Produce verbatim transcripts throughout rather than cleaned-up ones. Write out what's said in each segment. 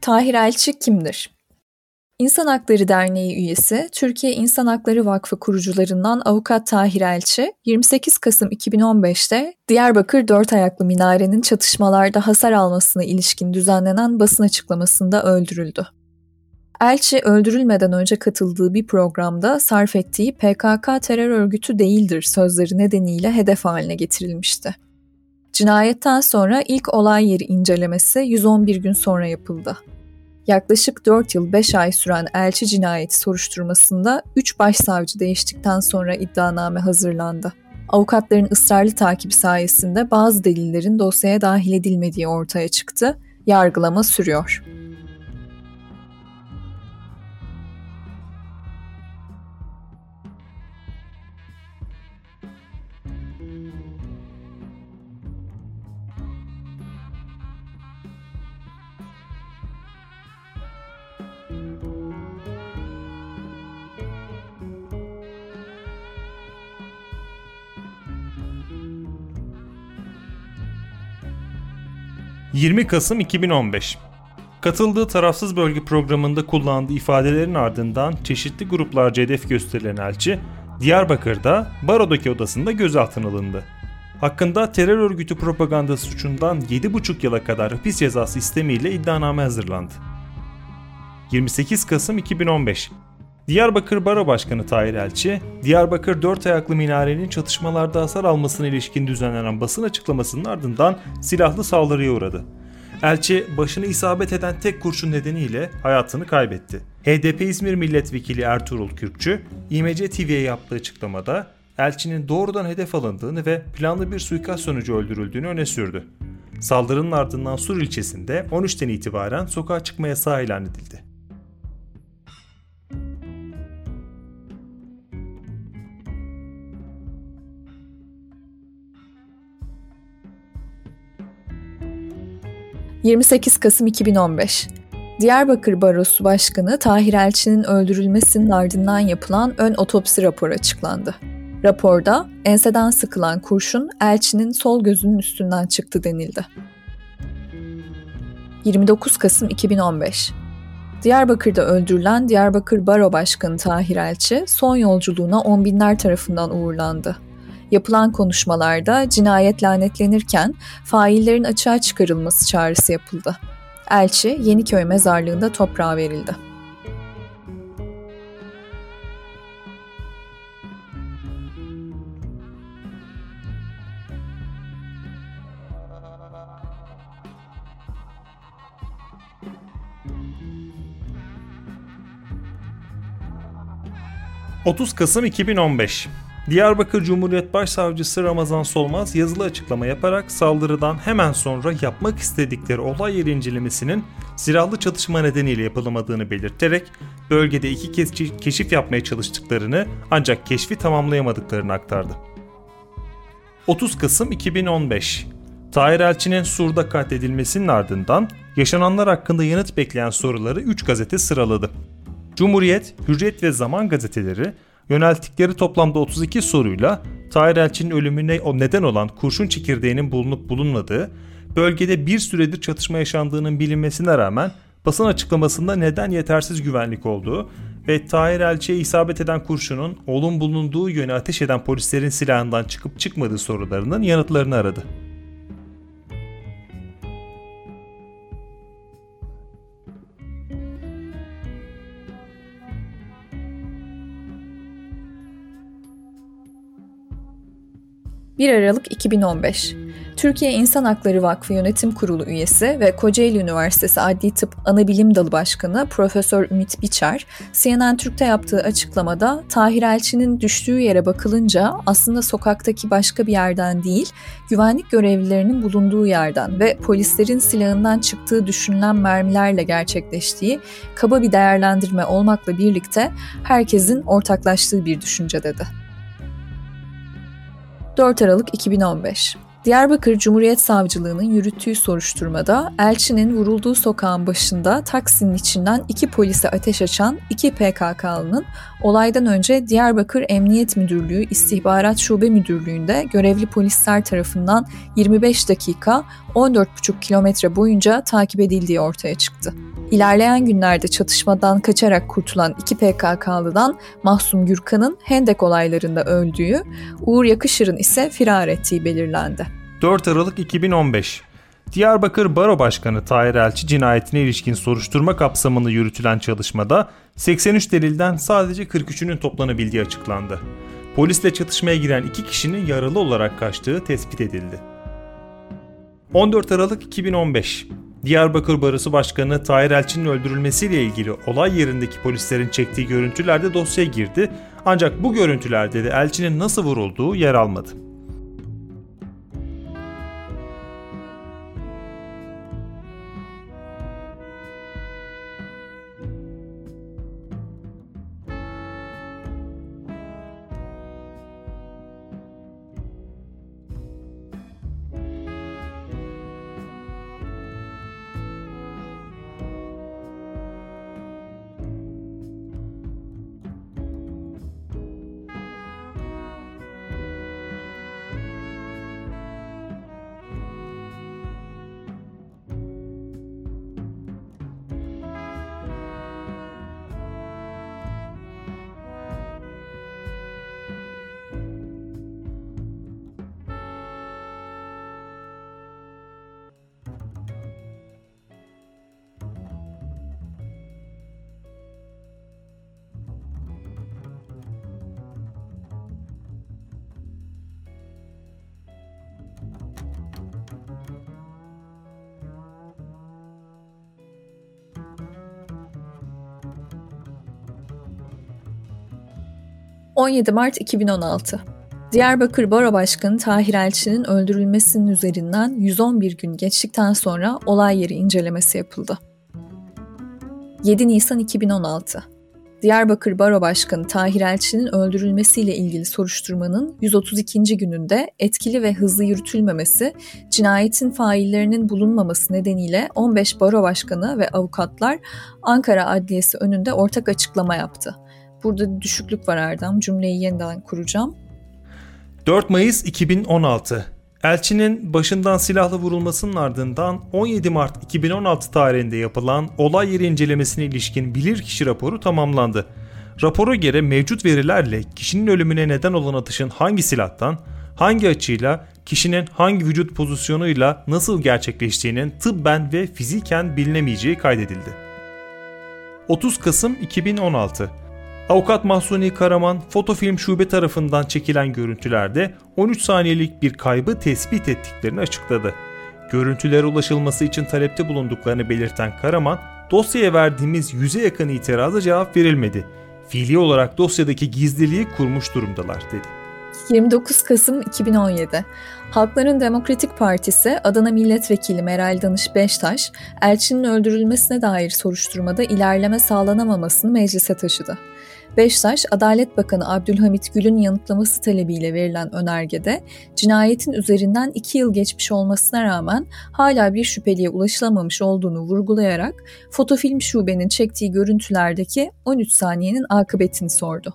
Tahir Elçi kimdir? İnsan Hakları Derneği üyesi, Türkiye İnsan Hakları Vakfı kurucularından Avukat Tahir Elçi, yirmi sekiz Kasım iki bin on beşte Diyarbakır Dört Ayaklı Minare'nin çatışmalarda hasar almasına ilişkin düzenlenen basın açıklamasında öldürüldü. Elçi, öldürülmeden önce katıldığı bir programda sarf ettiği P K K terör örgütü değildir sözleri nedeniyle hedef haline getirilmişti. Cinayetten sonra ilk olay yeri incelemesi yüz on bir gün sonra yapıldı. Yaklaşık dört yıl beş ay süren Elçi cinayeti soruşturmasında üç başsavcı değiştikten sonra iddianame hazırlandı. Avukatların ısrarlı takibi sayesinde bazı delillerin dosyaya dahil edilmediği ortaya çıktı. Yargılama sürüyor. yirmi Kasım iki bin on beş. Katıldığı tarafsız bölge programında kullandığı ifadelerin ardından çeşitli gruplarca hedef gösterilen Elçi, Diyarbakır'da Baro'daki odasında gözaltına alındı. Hakkında terör örgütü propagandası suçundan yedi buçuk yıla kadar hapis cezası istemiyle iddianame hazırlandı. yirmi sekiz Kasım iki bin on beş. Diyarbakır Baro Başkanı Tahir Elçi, Diyarbakır Dört Ayaklı Minare'nin çatışmalarda hasar almasına ilişkin düzenlenen basın açıklamasının ardından silahlı saldırıya uğradı. Elçi, başını isabet eden tek kurşun nedeniyle hayatını kaybetti. H D P İzmir Milletvekili Ertuğrul Kürkçü, İ M C T V'ye yaptığı açıklamada, Elçi'nin doğrudan hedef alındığını ve planlı bir suikast sonucu öldürüldüğünü öne sürdü. Saldırının ardından Sur ilçesinde on üçten itibaren sokağa çıkma yasağı ilan edildi. yirmi sekiz Kasım iki bin on beş. Diyarbakır Barosu Başkanı Tahir Elçi'nin öldürülmesinin ardından yapılan ön otopsi raporu açıklandı. Raporda enseden sıkılan kurşun Elçi'nin sol gözünün üstünden çıktı denildi. yirmi dokuz Kasım iki bin on beş. Diyarbakır'da öldürülen Diyarbakır Baro Başkanı Tahir Elçi son yolculuğuna on binler tarafından uğurlandı. Yapılan konuşmalarda cinayet lanetlenirken faillerin açığa çıkarılması çağrısı yapıldı. Elçi, Yeniköy mezarlığında toprağa verildi. otuz Kasım iki bin on beş. Diyarbakır Cumhuriyet Başsavcısı Ramazan Solmaz yazılı açıklama yaparak saldırıdan hemen sonra yapmak istedikleri olay yeri incelemesinin silahlı çatışma nedeniyle yapılamadığını belirterek bölgede iki kez keşif yapmaya çalıştıklarını ancak keşfi tamamlayamadıklarını aktardı. otuz Kasım iki bin on beş. Tahir Elçi'nin Sur'da katledilmesinin ardından yaşananlar hakkında yanıt bekleyen soruları üç gazete sıraladı. Cumhuriyet, Hürriyet ve Zaman gazeteleri yönelttikleri toplamda otuz iki soruyla Tahir Elçi'nin ölümüne o neden olan kurşun çekirdeğinin bulunup bulunmadığı, bölgede bir süredir çatışma yaşandığının bilinmesine rağmen basın açıklamasında neden yetersiz güvenlik olduğu ve Tahir Elçi'ye isabet eden kurşunun onun bulunduğu yöne ateş eden polislerin silahından çıkıp çıkmadığı sorularının yanıtlarını aradı. bir Aralık iki bin on beş. Türkiye İnsan Hakları Vakfı Yönetim Kurulu üyesi ve Kocaeli Üniversitesi Adli Tıp Anabilim Dalı Başkanı Profesör Ümit Biçer, C N N Türk'te yaptığı açıklamada Tahir Elçi'nin düştüğü yere bakılınca aslında sokaktaki başka bir yerden değil, güvenlik görevlilerinin bulunduğu yerden ve polislerin silahından çıktığı düşünülen mermilerle gerçekleştiği kaba bir değerlendirme olmakla birlikte herkesin ortaklaştığı bir düşünce dedi. dört Aralık iki bin on beş. Diyarbakır Cumhuriyet Savcılığı'nın yürüttüğü soruşturmada Elçi'nin vurulduğu sokağın başında taksinin içinden iki polise ateş açan iki P K K'lının olaydan önce Diyarbakır Emniyet Müdürlüğü İstihbarat Şube Müdürlüğü'nde görevli polisler tarafından yirmi beş dakika on dört buçuk kilometre boyunca takip edildiği ortaya çıktı. İlerleyen günlerde çatışmadan kaçarak kurtulan iki P K K'lıdan Mahsum Gürkan'ın Hendek olaylarında öldüğü, Uğur Yakışır'ın ise firar ettiği belirlendi. dört Aralık iki bin on beş. Diyarbakır Baro Başkanı Tahir Elçi cinayetine ilişkin soruşturma kapsamında yürütülen çalışmada seksen üç delilden sadece kırk üçünün toplanabildiği açıklandı. Polisle çatışmaya giren iki kişinin yaralı olarak kaçtığı tespit edildi. on dört Aralık iki bin on beş. Diyarbakır Barosu Başkanı Tahir Elçi'nin öldürülmesiyle ilgili olay yerindeki polislerin çektiği görüntülerde dosyaya girdi, ancak bu görüntülerde de Elçi'nin nasıl vurulduğu yer almadı. on yedi Mart iki bin on altı. Diyarbakır Baro Başkanı Tahir Elçi'nin öldürülmesinin üzerinden yüz on bir gün geçtikten sonra olay yeri incelemesi yapıldı. yedi Nisan iki bin on altı. Diyarbakır Baro Başkanı Tahir Elçi'nin öldürülmesiyle ilgili soruşturmanın yüz otuz ikinci gününde etkili ve hızlı yürütülmemesi, cinayetin faillerinin bulunmaması nedeniyle on beş baro başkanı ve avukatlar Ankara Adliyesi önünde ortak açıklama yaptı. Burada düşüklük var Erdem. Cümleyi yeniden kuracağım. dört Mayıs iki bin on altı. Elçinin başından silahla vurulmasının ardından on yedi Mart iki bin on altı tarihinde yapılan olay yeri incelemesine ilişkin bilirkişi raporu tamamlandı. Rapora göre mevcut verilerle kişinin ölümüne neden olan atışın hangi silahtan, hangi açıyla, kişinin hangi vücut pozisyonuyla nasıl gerçekleştiğinin tıbben ve fiziken bilinemeyeceği kaydedildi. otuz Kasım iki bin on altı. Avukat Mahsuni Karaman, Fotofilm Şube tarafından çekilen görüntülerde on üç saniyelik bir kaybı tespit ettiklerini açıkladı. Görüntülere ulaşılması için talepte bulunduklarını belirten Karaman, dosyaya verdiğimiz yüze yakın itiraza cevap verilmedi. Fiili olarak dosyadaki gizliliği kurmuş durumdalar dedi. yirmi dokuz Kasım iki bin on yedi. Halkların Demokratik Partisi Adana Milletvekili Meral Danış Beştaş, Elçinin öldürülmesine dair soruşturmada ilerleme sağlanamamasını meclise taşıdı. Beştaş, Adalet Bakanı Abdülhamit Gül'ün yanıtlaması talebiyle verilen önergede, cinayetin üzerinden iki yıl geçmiş olmasına rağmen hala bir şüpheliye ulaşılamamış olduğunu vurgulayarak, Fotofilm Şube'nin çektiği görüntülerdeki on üç saniyenin akıbetini sordu.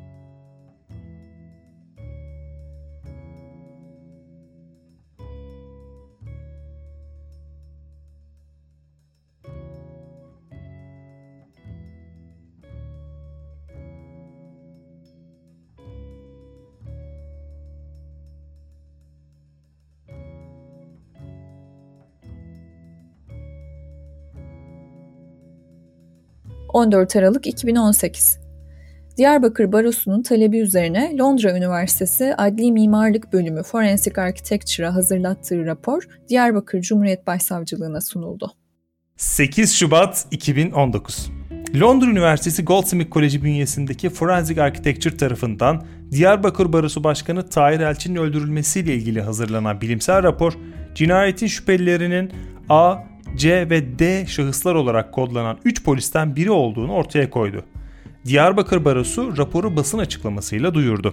on dört Aralık iki bin on sekiz. Diyarbakır Barosu'nun talebi üzerine Londra Üniversitesi Adli Mimarlık Bölümü Forensic Architecture'a hazırlattığı rapor Diyarbakır Cumhuriyet Başsavcılığına sunuldu. sekiz Şubat iki bin on dokuz. Londra Üniversitesi Goldsmith Koleji bünyesindeki Forensic Architecture tarafından Diyarbakır Barosu Başkanı Tahir Elçi'nin öldürülmesiyle ilgili hazırlanan bilimsel rapor, cinayetin şüphelilerinin A, C ve D şahıslar olarak kodlanan üç polisten biri olduğunu ortaya koydu. Diyarbakır Barosu raporu basın açıklamasıyla duyurdu.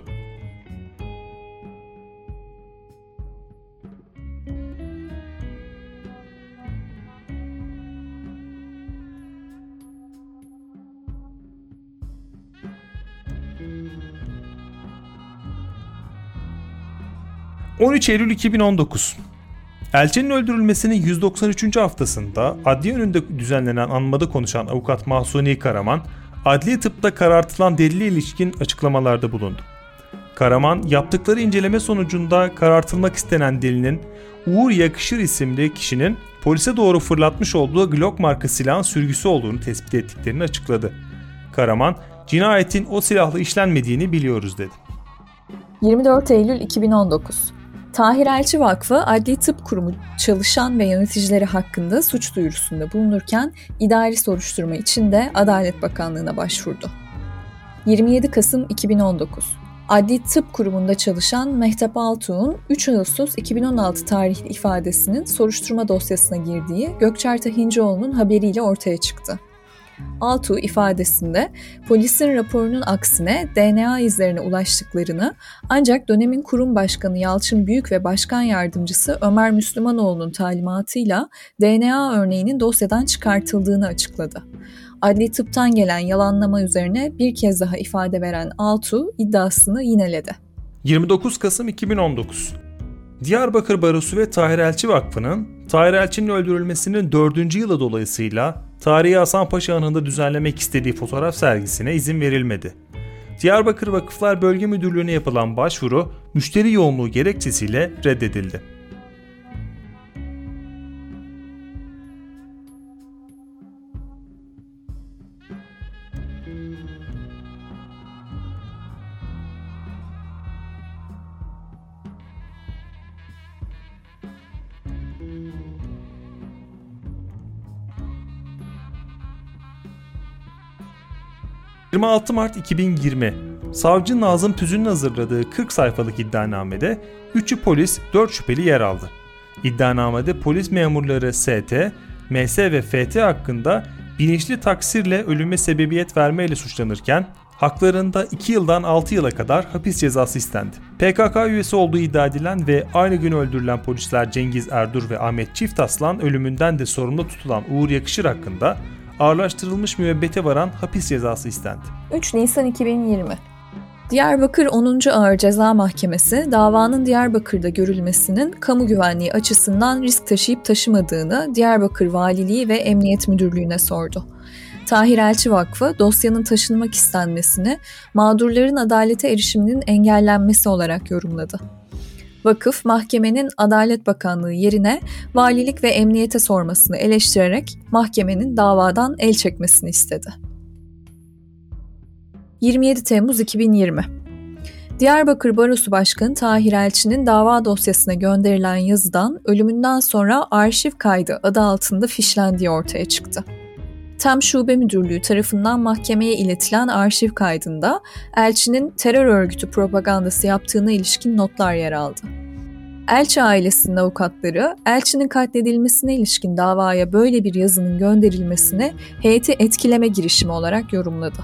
on üç Eylül iki bin on dokuz. Elçinin öldürülmesinin yüz doksan üçüncü haftasında adliye önünde düzenlenen anmada konuşan avukat Mahsuni Karaman, adli tıpta karartılan delile ilişkin açıklamalarda bulundu. Karaman, yaptıkları inceleme sonucunda karartılmak istenen delinin Uğur Yakışır isimli kişinin polise doğru fırlatmış olduğu Glock marka silahın sürgüsü olduğunu tespit ettiklerini açıkladı. Karaman, cinayetin o silahla işlenmediğini biliyoruz dedi. yirmi dört Eylül iki bin on dokuz Tahir Elçi Vakfı Adli Tıp Kurumu çalışan ve yöneticileri hakkında suç duyurusunda bulunurken idari soruşturma için de Adalet Bakanlığı'na başvurdu. yirmi yedi Kasım iki bin on dokuz Adli Tıp Kurumu'nda çalışan Mehtap Altuğ'un üç Ağustos iki bin on altı tarihli ifadesinin soruşturma dosyasına girdiği Gökçer Tahincioğlu'nun haberiyle ortaya çıktı. Altuğ ifadesinde polisin raporunun aksine D N A izlerine ulaştıklarını, ancak dönemin kurum başkanı Yalçın Büyük ve başkan yardımcısı Ömer Müslümanoğlu'nun talimatıyla D N A örneğinin dosyadan çıkartıldığını açıkladı. Adli tıptan gelen yalanlama üzerine bir kez daha ifade veren Altuğ iddiasını yineledi. yirmi dokuz Kasım iki bin on dokuz Diyarbakır Barosu ve Tahir Elçi Vakfı'nın Tahir Elçi'nin öldürülmesinin dördüncü yılı dolayısıyla Tarihi Hasanpaşa Anı'nda düzenlemek istediği fotoğraf sergisine izin verilmedi. Diyarbakır Vakıflar Bölge Müdürlüğü'ne yapılan başvuru müşteri yoğunluğu gerekçesiyle reddedildi. yirmi altı Mart iki bin yirmi Savcı Nazım Tüzün'ün hazırladığı kırk sayfalık iddianamede üçü polis, dört şüpheli yer aldı. İddianamede polis memurları S T, M S ve F T hakkında bilinçli taksirle ölüme sebebiyet vermeyle suçlanırken haklarında iki yıldan altı yıla kadar hapis cezası istendi. P K K üyesi olduğu iddia edilen ve aynı gün öldürülen polisler Cengiz Erdur ve Ahmet Çiftaslan ölümünden de sorumlu tutulan Uğur Yakışır hakkında ağırlaştırılmış müebbete varan hapis cezası istendi. üç Nisan iki bin yirmi Diyarbakır onuncu Ağır Ceza Mahkemesi davanın Diyarbakır'da görülmesinin kamu güvenliği açısından risk taşıyıp taşımadığını Diyarbakır Valiliği ve Emniyet Müdürlüğü'ne sordu. Tahir Elçi Vakfı dosyanın taşınmak istenmesini mağdurların adalete erişiminin engellenmesi olarak yorumladı. Vakıf, mahkemenin Adalet Bakanlığı yerine valilik ve emniyete sormasını eleştirerek mahkemenin davadan el çekmesini istedi. yirmi yedi Temmuz iki bin yirmi Diyarbakır Barosu Başkanı Tahir Elçi'nin dava dosyasına gönderilen yazıdan ölümünden sonra arşiv kaydı adı altında fişlendiği ortaya çıktı. Tem Şube Müdürlüğü tarafından mahkemeye iletilen arşiv kaydında Elçi'nin terör örgütü propagandası yaptığına ilişkin notlar yer aldı. Elçi ailesinin avukatları, Elçi'nin katledilmesine ilişkin davaya böyle bir yazının gönderilmesini heyeti etkileme girişimi olarak yorumladı.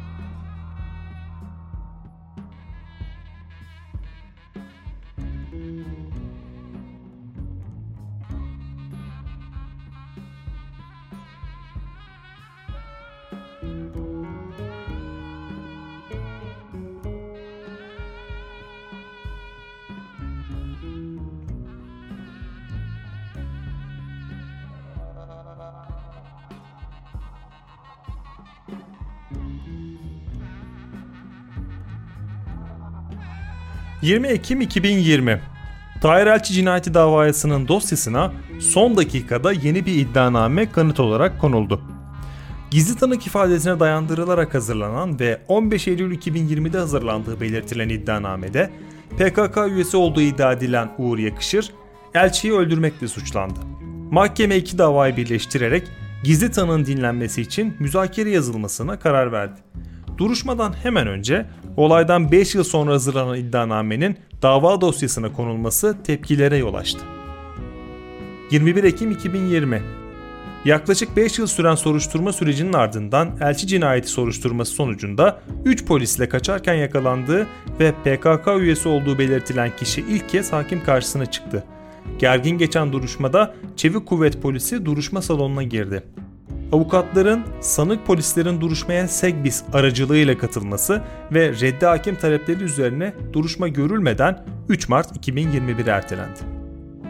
yirmi Ekim iki bin yirmi Tahir Elçi cinayeti davasının dosyasına son dakikada yeni bir iddianame kanıt olarak konuldu. Gizli tanık ifadesine dayandırılarak hazırlanan ve on beş Eylül iki bin yirmide hazırlandığı belirtilen iddianamede P K K üyesi olduğu iddia edilen Uğur Yakışır, Elçi'yi öldürmekle suçlandı. Mahkeme iki davayı birleştirerek gizli tanığın dinlenmesi için müzakere yazılmasına karar verdi. Duruşmadan hemen önce olaydan beş yıl sonra hazırlanan iddianamenin dava dosyasına konulması tepkilere yol açtı. yirmi bir Ekim iki bin yirmi Yaklaşık beş yıl süren soruşturma sürecinin ardından Elçi cinayeti soruşturması sonucunda üç polisle kaçarken yakalandığı ve P K K üyesi olduğu belirtilen kişi ilk kez hakim karşısına çıktı. Gergin geçen duruşmada Çevik Kuvvet Polisi duruşma salonuna girdi. Avukatların sanık polislerin duruşmaya Segbis aracılığıyla katılması ve reddi hakim talepleri üzerine duruşma görülmeden üç Mart iki bin yirmi bir ertelendi.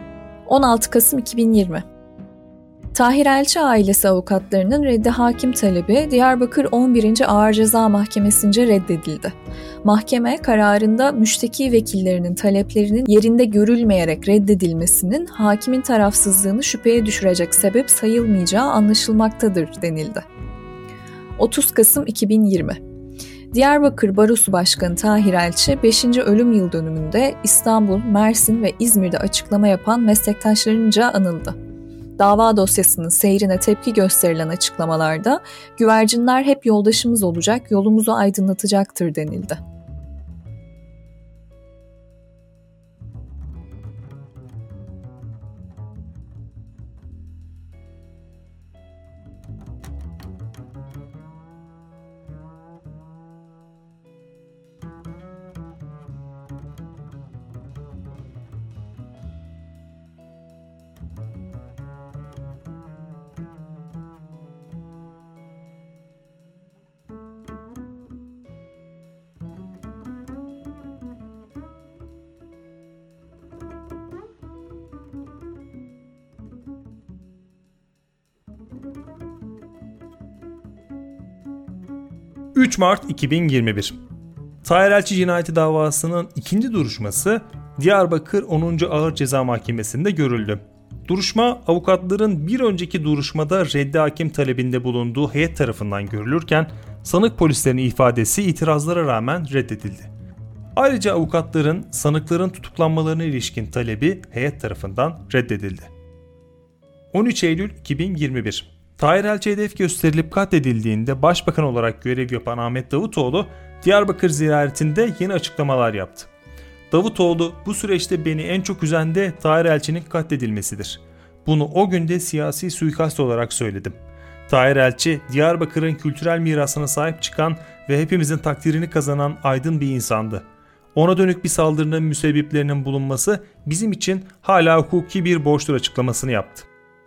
on altı Kasım iki bin yirmi. Tahir Elçi ailesi avukatlarının reddi hakim talebi Diyarbakır on birinci Ağır Ceza Mahkemesi'nce reddedildi. Mahkeme kararında müşteki vekillerinin taleplerinin yerinde görülmeyerek reddedilmesinin hakimin tarafsızlığını şüpheye düşürecek sebep sayılmayacağı anlaşılmaktadır denildi. otuz Kasım iki bin yirmi. Diyarbakır Barosu Başkanı Tahir Elçi, beşinci ölüm yıl dönümünde İstanbul, Mersin ve İzmir'de açıklama yapan meslektaşlarınca anıldı. Dava dosyasının seyrine tepki gösterilen açıklamalarda güvercinler hep yoldaşımız olacak, yolumuzu aydınlatacaktır denildi. üç Mart iki bin yirmi bir. Tahir Elçi cinayeti davasının ikinci duruşması Diyarbakır onuncu Ağır Ceza Mahkemesi'nde görüldü. Duruşma, avukatların bir önceki duruşmada reddi hakim talebinde bulunduğu heyet tarafından görülürken sanık polislerin ifadesi itirazlara rağmen reddedildi. Ayrıca avukatların sanıkların tutuklanmalarına ilişkin talebi heyet tarafından reddedildi. on üç Eylül iki bin yirmi bir. Tahir Elçi hedef gösterilip katledildiğinde başbakan olarak görev yapan Ahmet Davutoğlu, Diyarbakır ziyaretinde yeni açıklamalar yaptı. Davutoğlu, bu süreçte beni en çok üzen de Tahir Elçi'nin katledilmesidir. Bunu o günde siyasi suikast olarak söyledim. Tahir Elçi, Diyarbakır'ın kültürel mirasına sahip çıkan ve hepimizin takdirini kazanan aydın bir insandı. Ona dönük bir saldırının müsebbiplerinin bulunması bizim için hala hukuki bir borçtur açıklamasını yaptı.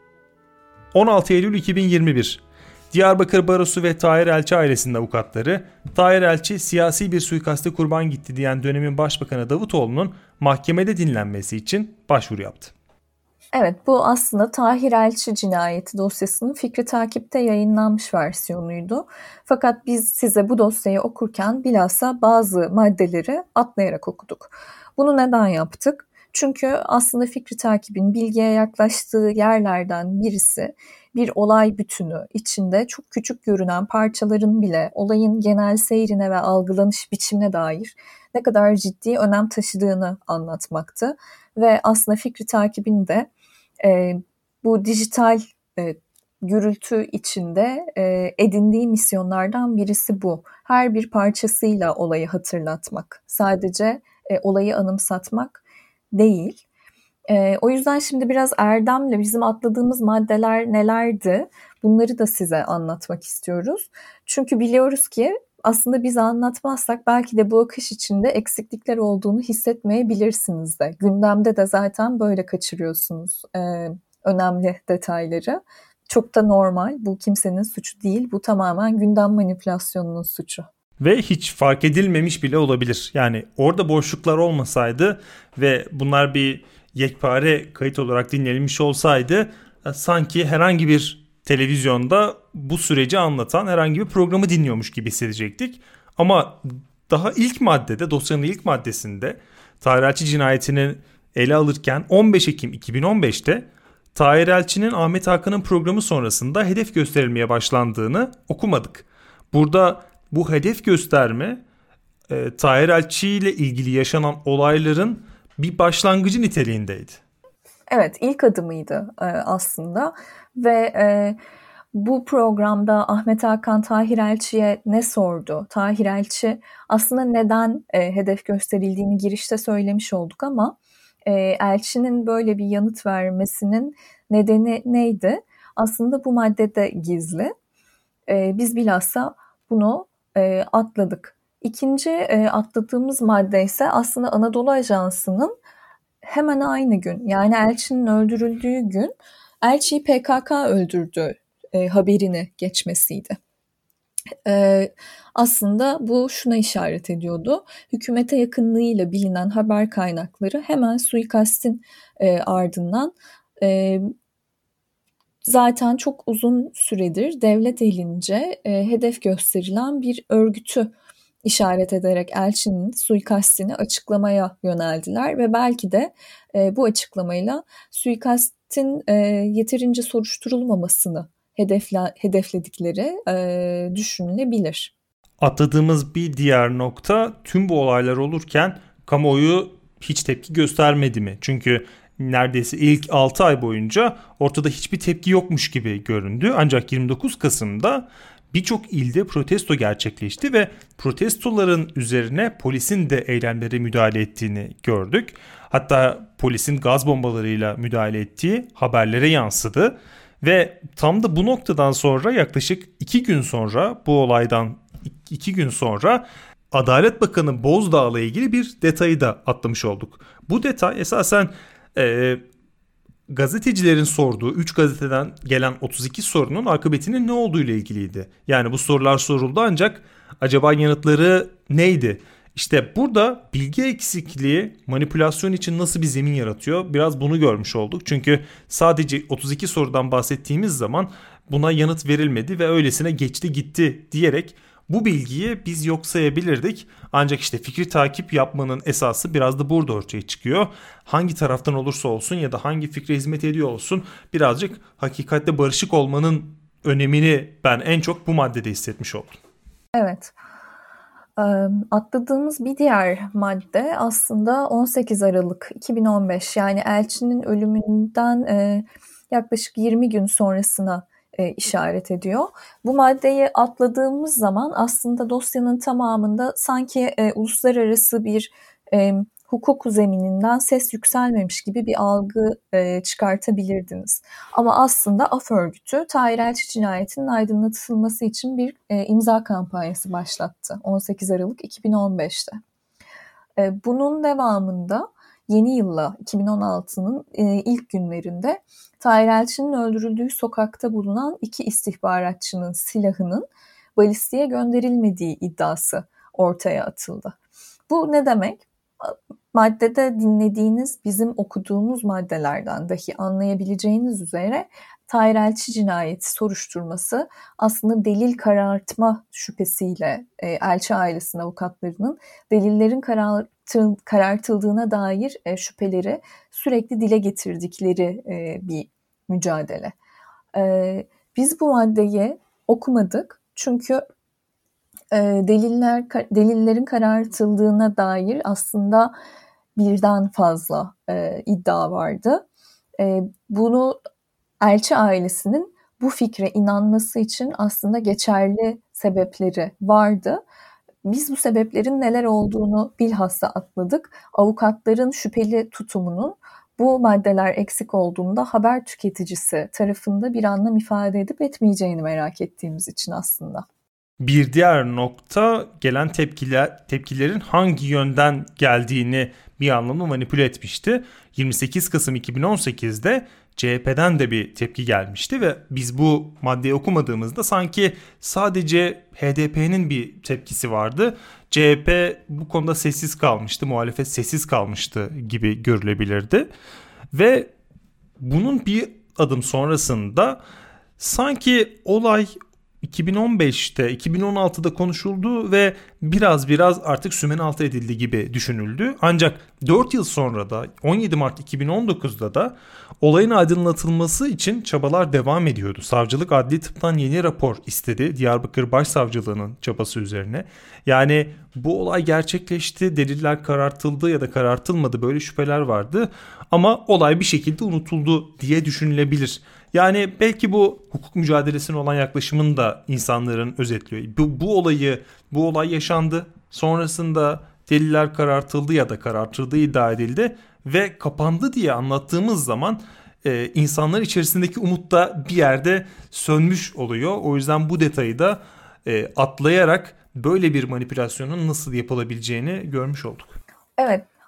on altı Eylül iki bin yirmi bir. Diyarbakır Barosu ve Tahir Elçi ailesinin avukatları, Tahir Elçi siyasi bir suikaste kurban gitti diyen dönemin Başbakanı Davutoğlu'nun mahkemede dinlenmesi için başvuru yaptı. Evet, bu aslında Tahir Elçi cinayeti dosyasının Fikri Takip'te yayınlanmış versiyonuydu. Fakat biz size bu dosyayı okurken bilhassa bazı maddeleri atlayarak okuduk. Bunu neden yaptık? Çünkü aslında Fikri Takip'in bilgiye yaklaştığı yerlerden birisi bir olay bütünü içinde çok küçük görünen parçaların bile olayın genel seyrine ve algılanış biçimine dair ne kadar ciddi önem taşıdığını anlatmaktı. Ve aslında Fikri Takip'in de e, bu dijital e, gürültü içinde e, edindiği misyonlardan birisi bu. Her bir parçasıyla olayı hatırlatmak, sadece e, olayı anımsatmak değil. E, o yüzden şimdi biraz Erdem'le bizim atladığımız maddeler nelerdi? Bunları da size anlatmak istiyoruz. Çünkü biliyoruz ki aslında biz anlatmazsak belki de bu akış içinde eksiklikler olduğunu hissetmeyebilirsiniz de. Gündemde de zaten böyle kaçırıyorsunuz e, önemli detayları. Çok da normal. Bu kimsenin suçu değil. Bu tamamen gündem manipülasyonunun suçu. Ve hiç fark edilmemiş bile olabilir. Yani orada boşluklar olmasaydı ve bunlar bir yekpare kayıt olarak dinlenilmiş olsaydı sanki herhangi bir televizyonda bu süreci anlatan herhangi bir programı dinliyormuş gibi hissedecektik. Ama daha ilk maddede, dosyanın ilk maddesinde Tahir Elçi cinayetini ele alırken on beş Ekim iki bin on beşte Tahir Elçi'nin Ahmet Hakan'ın programı sonrasında hedef gösterilmeye başlandığını okumadık. Burada bu hedef gösterme e, Tahir Elçi ile ilgili yaşanan olayların bir başlangıcı niteliğindeydi. Evet, ilk adımıydı e, aslında ve e, bu programda Ahmet Hakan Tahir Elçi'ye ne sordu? Tahir Elçi aslında neden e, hedef gösterildiğini girişte söylemiş olduk ama e, Elçi'nin böyle bir yanıt vermesinin nedeni neydi? Aslında bu maddede gizli. E, biz bilhassa bunu e, atladık. İkinci e, atladığımız madde ise aslında Anadolu Ajansı'nın hemen aynı gün, yani Elçi'nin öldürüldüğü gün Elçi'yi P K K öldürdü e, haberini geçmesiydi. Ee, aslında bu şuna işaret ediyordu. Hükümete yakınlığıyla bilinen haber kaynakları hemen suikastin e, ardından e, zaten çok uzun süredir devlet elince e, hedef gösterilen bir örgütü işaret ederek elçinin suikastini açıklamaya yöneldiler ve belki de e, bu açıklamayla suikastin e, yeterince soruşturulmamasını hedefle, hedefledikleri e, düşünülebilir. Atladığımız bir diğer nokta, tüm bu olaylar olurken kamuoyu hiç tepki göstermedi mi? Çünkü neredeyse ilk altı ay boyunca ortada hiçbir tepki yokmuş gibi göründü. Ancak yirmi dokuz Kasım'da birçok ilde protesto gerçekleşti ve protestoların üzerine polisin de eylemlere müdahale ettiğini gördük. Hatta polisin gaz bombalarıyla müdahale ettiği haberlere yansıdı. Ve tam da bu noktadan sonra, yaklaşık iki gün sonra, bu olaydan iki gün sonra Adalet Bakanı Bozdağ'la ilgili bir detayı da atlamış olduk. Bu detay esasen e, gazetecilerin sorduğu üç gazeteden gelen otuz iki sorunun akıbetinin ne olduğu ile ilgiliydi. Yani bu sorular soruldu ancak acaba yanıtları neydi? İşte burada bilgi eksikliği manipülasyon için nasıl bir zemin yaratıyor? Biraz bunu görmüş olduk. Çünkü sadece otuz iki sorudan bahsettiğimiz zaman buna yanıt verilmedi ve öylesine geçti gitti diyerek bu bilgiyi biz yok sayabilirdik. Ancak işte fikri takip yapmanın esası biraz da burada ortaya çıkıyor. Hangi taraftan olursa olsun ya da hangi fikre hizmet ediyor olsun, birazcık hakikatle barışık olmanın önemini ben en çok bu maddede hissetmiş oldum. Evet. Atladığımız bir diğer madde aslında on sekiz Aralık iki bin on beş, yani elçinin ölümünden yaklaşık yirmi gün sonrasına işaret ediyor. Bu maddeyi atladığımız zaman aslında dosyanın tamamında sanki uluslararası bir hukuk zemininden ses yükselmemiş gibi bir algı e, çıkartabilirdiniz. Ama aslında A F örgütü Tahir Elçi cinayetinin aydınlatılması için bir e, imza kampanyası başlattı on sekiz Aralık iki bin on beşte. E, bunun devamında yeni yılla iki bin on altının e, ilk günlerinde Tahir Elçi'nin öldürüldüğü sokakta bulunan iki istihbaratçının silahının balistiğe gönderilmediği iddiası ortaya atıldı. Bu ne demek? Maddede dinlediğiniz, bizim okuduğumuz maddelerden dahi anlayabileceğiniz üzere Tahir Elçi cinayeti soruşturması aslında delil karartma şüphesiyle e, elçi ailesinin avukatlarının delillerin karartıl, karartıldığına dair e, şüpheleri sürekli dile getirdikleri e, bir mücadele. E, biz bu maddeyi okumadık çünkü deliller delillerin karartıldığına dair aslında birden fazla e, iddia vardı. E, bunu elçi ailesinin bu fikre inanması için aslında geçerli sebepleri vardı. Biz bu sebeplerin neler olduğunu bilhassa atladık. Avukatların şüpheli tutumunun bu maddeler eksik olduğunda haber tüketicisi tarafında bir anlam ifade edip etmeyeceğini merak ettiğimiz için aslında. Bir diğer nokta, gelen tepkiler, tepkilerin hangi yönden geldiğini bir anlamda manipüle etmişti. yirmi sekiz Kasım iki bin on sekizde C H P'den de bir tepki gelmişti ve biz bu maddeyi okumadığımızda sanki sadece H D P'nin bir tepkisi vardı. C H P bu konuda sessiz kalmıştı, muhalefet sessiz kalmıştı gibi görülebilirdi. Ve bunun bir adım sonrasında sanki olay iki bin on beşte, iki bin on altıda konuşuldu ve biraz biraz artık sümen altı edildi gibi düşünüldü. Ancak dört yıl sonra da on yedi Mart iki bin on dokuzda da olayın aydınlatılması için çabalar devam ediyordu. Savcılık Adli Tıp'tan yeni rapor istedi, Diyarbakır Başsavcılığı'nın çabası üzerine. Yani bu olay gerçekleşti, deliller karartıldı ya da karartılmadı, böyle şüpheler vardı. Ama olay bir şekilde unutuldu diye düşünülebilir. Yani belki bu hukuk mücadelesine olan yaklaşımını da insanların özetliyor. Bu, bu olayı, bu olay yaşandı. Sonrasında deliller karartıldı ya da karartıldığı iddia edildi ve kapandı diye anlattığımız zaman e, insanlar içerisindeki umut da bir yerde sönmüş oluyor. O yüzden bu detayı da e, atlayarak böyle bir manipülasyonun nasıl yapılabileceğini görmüş olduk. Evet.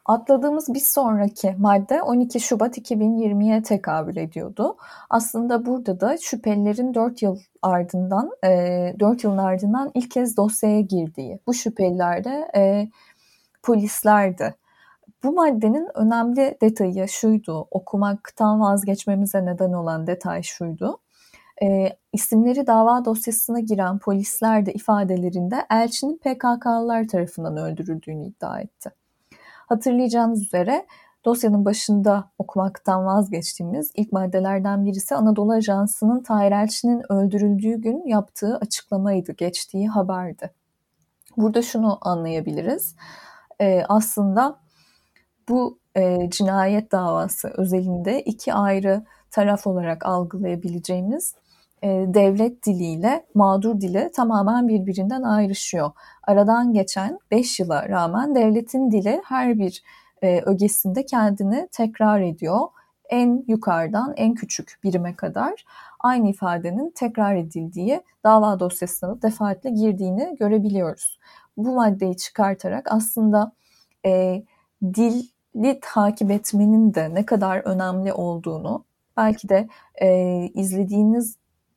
Atladığımız bir sonraki madde on iki Şubat iki bin yirmiye tekabül ediyordu. Aslında burada da şüphelilerin dört yıl ardından, dört yılın ardından ilk kez dosyaya girdiği, bu şüpheliler de e, polislerdi. Bu maddenin önemli detayı şuydu, okumaktan vazgeçmemize neden olan detay şuydu. E, isimleri dava dosyasına giren polisler de ifadelerinde elçinin P K K'lılar tarafından öldürüldüğünü iddia etti. Hatırlayacağınız üzere dosyanın başında okumaktan vazgeçtiğimiz ilk maddelerden birisi Anadolu Ajansı'nın Tahir Elçi'nin öldürüldüğü gün yaptığı açıklamaydı, geçtiği haberdi. Burada şunu anlayabiliriz. Ee, aslında bu e, cinayet davası özelinde iki ayrı taraf olarak algılayabileceğimiz e, devlet diliyle mağdur dili tamamen birbirinden ayrışıyor. Aradan geçen beş yıla rağmen devletin dili her bir e, ögesinde kendini tekrar ediyor. En yukarıdan en küçük birime kadar aynı ifadenin tekrar edildiği dava dosyasına da defaatle girdiğini görebiliyoruz. Bu maddeyi çıkartarak aslında e, dili takip etmenin de ne kadar önemli olduğunu, belki de e, izlediğiniz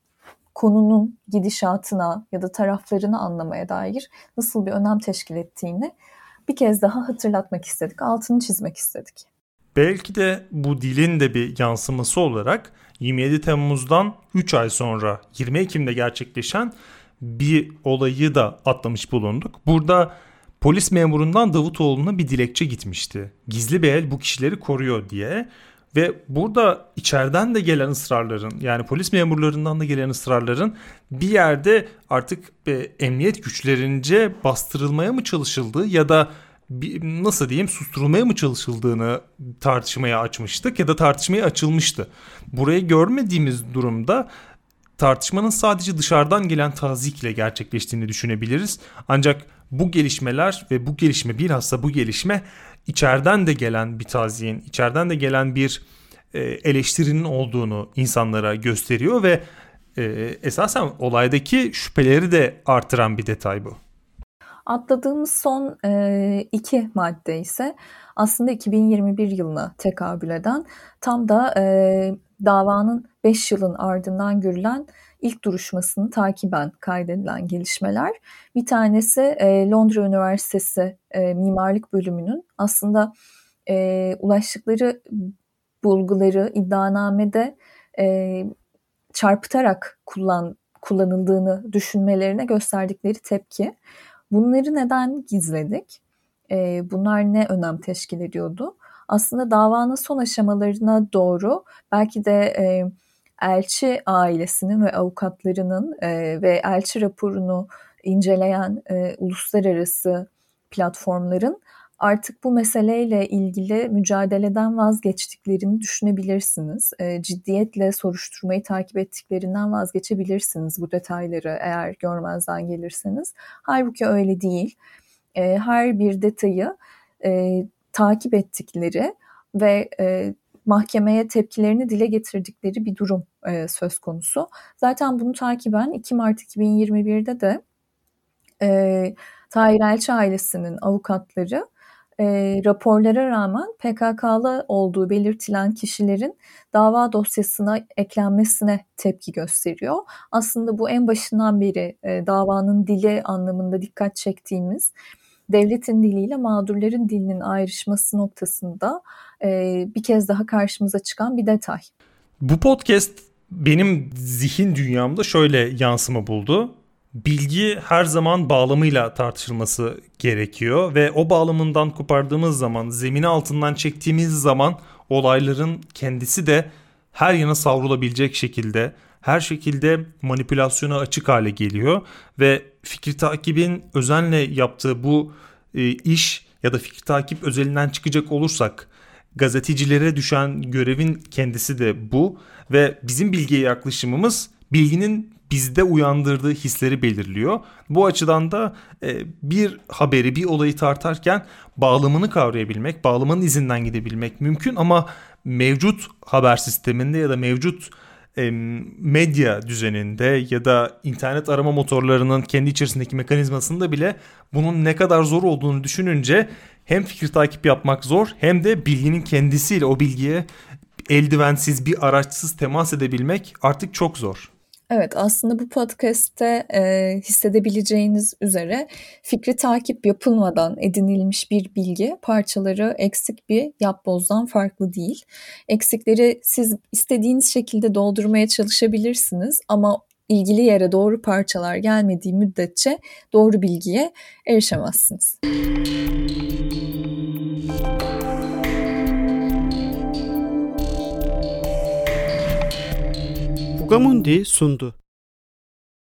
konunun gidişatına ya da taraflarını anlamaya dair nasıl bir önem teşkil ettiğini bir kez daha hatırlatmak istedik, altını çizmek istedik. Belki de bu dilin de bir yansıması olarak yirmi yedi Temmuz'dan üç ay sonra yirmi Ekim'de gerçekleşen bir olayı da atlamış bulunduk. Burada polis memurundan Davutoğlu'na bir dilekçe gitmişti. Gizli bir el bu kişileri koruyor diye. Ve burada içeriden de gelen ısrarların, yani polis memurlarından da gelen ısrarların bir yerde artık e, emniyet güçlerince bastırılmaya mı çalışıldığı ya da bir, nasıl diyeyim susturulmaya mı çalışıldığını tartışmaya açmıştık ya da tartışmaya açılmıştı. Burayı görmediğimiz durumda tartışmanın sadece dışarıdan gelen tazikle gerçekleştiğini düşünebiliriz. Ancak bu gelişmeler ve bu gelişme, bilhassa bu gelişme içeriden de gelen bir taziğin, içeriden de gelen bir e, eleştirinin olduğunu insanlara gösteriyor ve e, esasen olaydaki şüpheleri de artıran bir detay bu. Atladığımız son e, iki madde ise aslında iki bin yirmi bir yılına tekabül eden, tam da e, davanın beş yılın ardından görülen ilk duruşmasını takiben kaydedilen gelişmeler. Bir tanesi e, Londra Üniversitesi e, Mimarlık Bölümünün aslında e, ulaştıkları bulguları iddianamede e, çarpıtarak kullan, kullanıldığını düşünmelerine gösterdikleri tepki. Bunları neden gizledik? E, bunlar ne önem teşkil ediyordu? Aslında davanın son aşamalarına doğru belki de e, elçi ailesinin ve avukatlarının e, ve elçi raporunu inceleyen e, uluslararası platformların artık bu meseleyle ilgili mücadeleden vazgeçtiklerini düşünebilirsiniz. E, ciddiyetle soruşturmayı takip ettiklerinden vazgeçebilirsiniz bu detayları eğer görmezden gelirseniz. Halbuki öyle değil. E, her bir detayı e, takip ettikleri ve e, mahkemeye tepkilerini dile getirdikleri bir durum e, söz konusu. Zaten bunu takiben iki Mart iki bin yirmi birde de e, Tahir Elçi ailesinin avukatları e, raporlara rağmen P K K'lı olduğu belirtilen kişilerin dava dosyasına eklenmesine tepki gösteriyor. Aslında bu en başından beri e, davanın dili anlamında dikkat çektiğimiz, devletin diliyle mağdurların dilinin ayrışması noktasında e, bir kez daha karşımıza çıkan bir detay. Bu podcast benim zihin dünyamda şöyle yansıma buldu. Bilgi her zaman bağlamıyla tartışılması gerekiyor ve o bağlamından kopardığımız zaman, zemini altından çektiğimiz zaman olayların kendisi de her yana savrulabilecek şekilde, her şekilde manipülasyona açık hale geliyor ve fikir takibin özenle yaptığı bu e, iş ya da fikir takip özelinden çıkacak olursak gazetecilere düşen görevin kendisi de bu ve bizim bilgiye yaklaşımımız bilginin bizde uyandırdığı hisleri belirliyor. Bu açıdan da e, bir haberi, bir olayı tartarken bağlamını kavrayabilmek, bağlamının izinden gidebilmek mümkün ama mevcut haber sisteminde ya da mevcut e, medya düzeninde ya da internet arama motorlarının kendi içerisindeki mekanizmasında bile bunun ne kadar zor olduğunu düşününce hem fikir takip yapmak zor hem de bilginin kendisiyle o bilgiye eldivensiz bir araçsız temas edebilmek artık çok zor. Evet, aslında bu podcast'te e, hissedebileceğiniz üzere fikri takip yapılmadan edinilmiş bir bilgi parçaları eksik bir yapbozdan farklı değil. Eksikleri siz istediğiniz şekilde doldurmaya çalışabilirsiniz ama ilgili yere doğru parçalar gelmediği müddetçe doğru bilgiye erişemezsiniz. Fugamundi sundu.